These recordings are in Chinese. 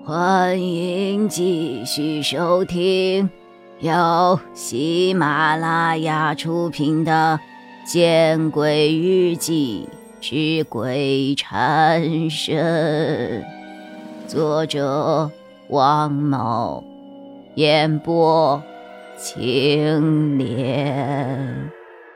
欢迎继续收听由喜马拉雅出品的《见鬼日记之鬼缠身》，作者王某，演播青莲。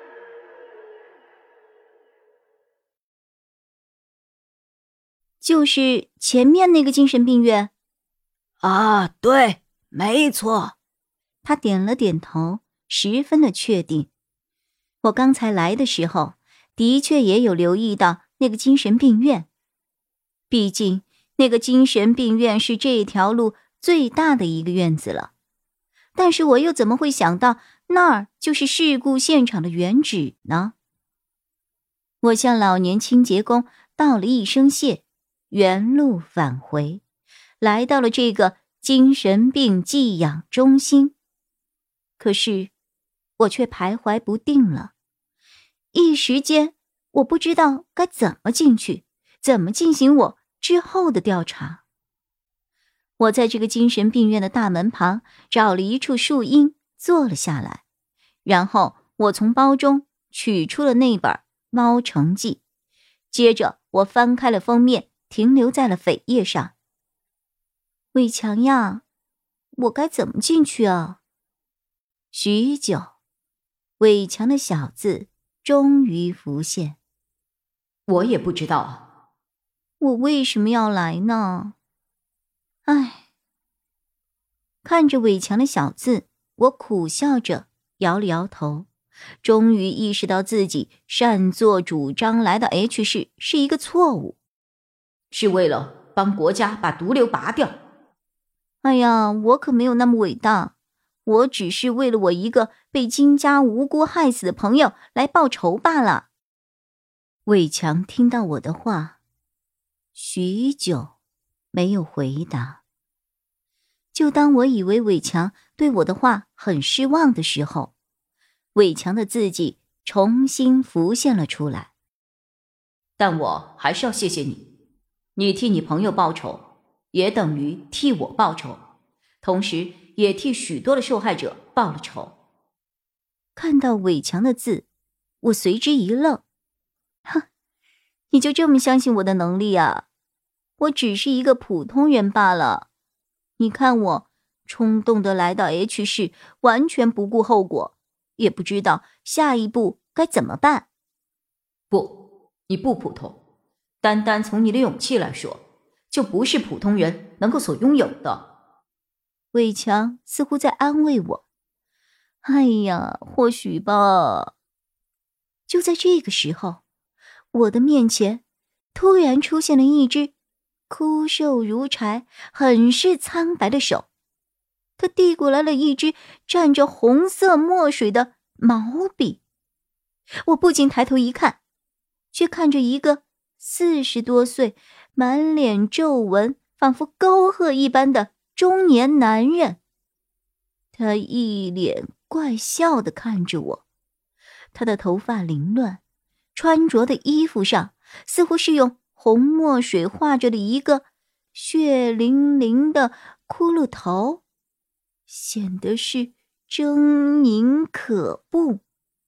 就是前面那个精神病院。 啊，对，没错。 他点了点头，十分的确定。我刚才来的时候，的确也有留意到那个精神病院。毕竟，那个精神病院是这条路最大的一个院子了。但是我又怎么会想到那儿就是事故现场的原址呢？我向老年清洁工道了一声谢，原路返回，来到了这个精神病寄养中心。可是我却徘徊不定了，一时间我不知道该怎么进去，怎么进行我之后的调查。我在这个精神病院的大门旁找了一处树荫坐了下来，然后我从包中取出了那本《猫城记》，接着我翻开了封面，停留在了扉页上。伟强呀，我该怎么进去啊？许久，伟强的小字终于浮现。 我也不知道啊。 我为什么要来呢？唉，看着伟强的小字，我苦笑着摇了摇头，终于意识到自己擅作主张来到 H 市是一个错误， 是为了帮国家把毒瘤拔掉。 哎呀，我可没有那么伟大，我只是为了我一个被金家无辜害死的朋友来报仇罢了。伟强听到我的话，许久没有回答。就当我以为伟强对我的话很失望的时候，伟强的字迹重新浮现了出来。 但我还是要谢谢你，你替你朋友报仇，也等于替我报仇，同时也替许多的受害者报了仇。 看到伟强的字，我随之一愣。哼，你就这么相信我的能力啊？我只是一个普通人罢了。你看我冲动地来到 H 市，完全不顾后果，也不知道下一步该怎么办。 不，你不普通，单单从你的勇气来说，就不是普通人能够所拥有的。 伟强似乎在安慰我。哎呀，或许吧。就在这个时候，我的面前突然出现了一只枯瘦如柴、很是苍白的手，他递过来了一支蘸着红色墨水的毛笔。我不禁抬头一看，却看着一个40多岁、满脸皱纹、仿佛沟壑一般的中年男人。他一脸怪笑地看着我，他的头发凌乱，穿着的衣服上似乎是用红墨水画着的一个血淋淋的骷髅头，显得是狰狞可怖。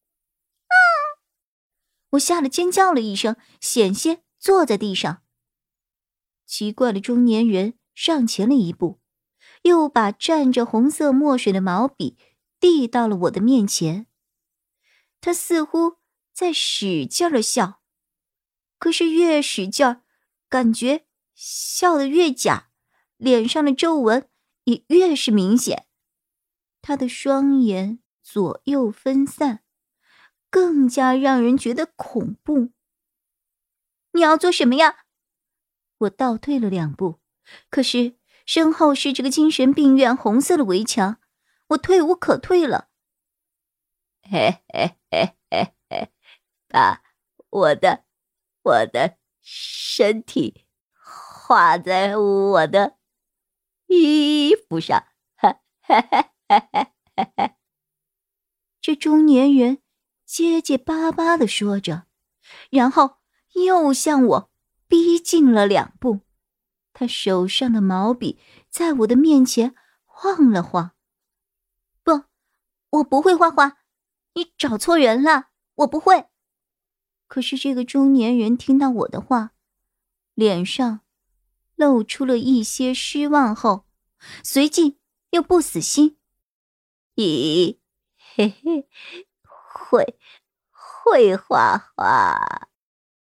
我吓得尖叫了一声，险些坐在地上。奇怪的中年人上前了一步，又把蘸着红色墨水的毛笔递到了我的面前。他似乎在使劲地笑，可是越使劲儿，感觉笑得越假，脸上的皱纹也越是明显。他的双眼左右分散，更加让人觉得恐怖。你要做什么呀？我倒退了2步，可是身后是这个精神病院红色的围墙，我退无可退了。 嘿嘿嘿嘿嘿，把我的身体画在我的衣服上，哈哈哈哈哈！ 这中年人结结巴巴地说着，然后又向我逼近了2步。 他手上的毛笔在我的面前晃了晃。不，我不会画画，你找错人了，我不会。可是这个中年人听到我的话，脸上露出了一些失望后，随即又不死心。 咦，嘿嘿，会画画。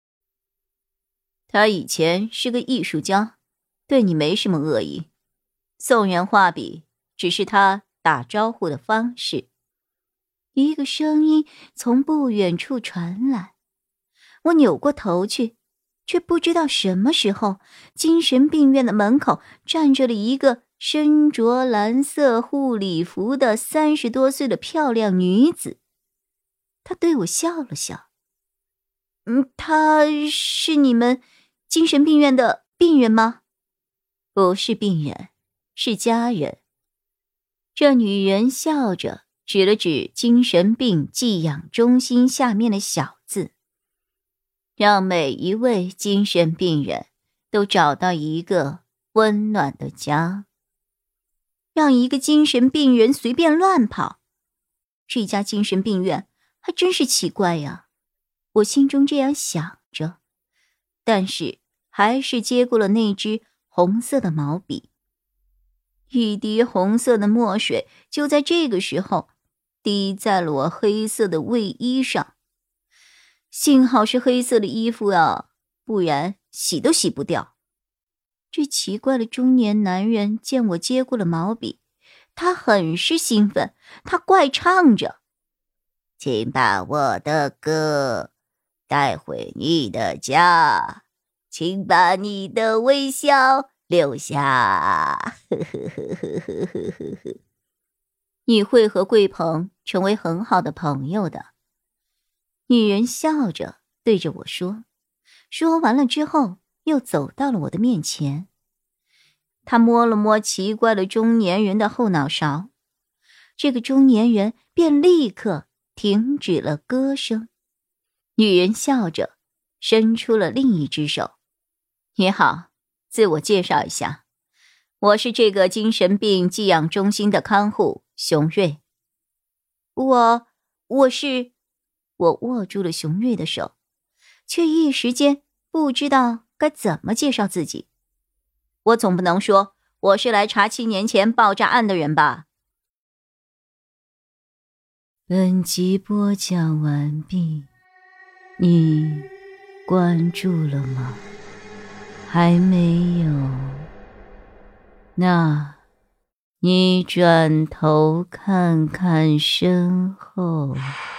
他以前是个艺术家，对你没什么恶意，送人画笔只是他打招呼的方式。 一个声音从不远处传来，我扭过头去，却不知道什么时候，精神病院的门口站着了一个身着蓝色护理服的30多岁的漂亮女子。她对我笑了笑。她是你们精神病院的病人吗？ 不是病人，是家人。这女人笑着指了指精神病寄养中心下面的小字，让每一位精神病人都找到一个温暖的家。 让一个精神病人随便乱跑，这家精神病院还真是奇怪呀。我心中这样想着，但是还是接过了那支红色的毛笔。一滴红色的墨水就在这个时候滴在了我黑色的卫衣上。幸好是黑色的衣服啊，不然洗都洗不掉。这奇怪的中年男人见我接过了毛笔，他很是兴奋，他怪唱着： 请把我的歌带回你的家，请把你的微笑留下。 你会和贵鹏成为很好的朋友的。 女人笑着对着我说，说完了之后又走到了我的面前。她摸了摸奇怪的中年人的后脑勺，这个中年人便立刻停止了歌声。女人笑着伸出了另一只手。 你好，自我介绍一下，我是这个精神病寄养中心的看护熊瑞。 我是……我握住了熊瑞的手，却一时间不知道该怎么介绍自己。 我总不能说我是来查7年前爆炸案的人吧？ 本集播讲完毕，你关注了吗？还没有？那你转头看看身后。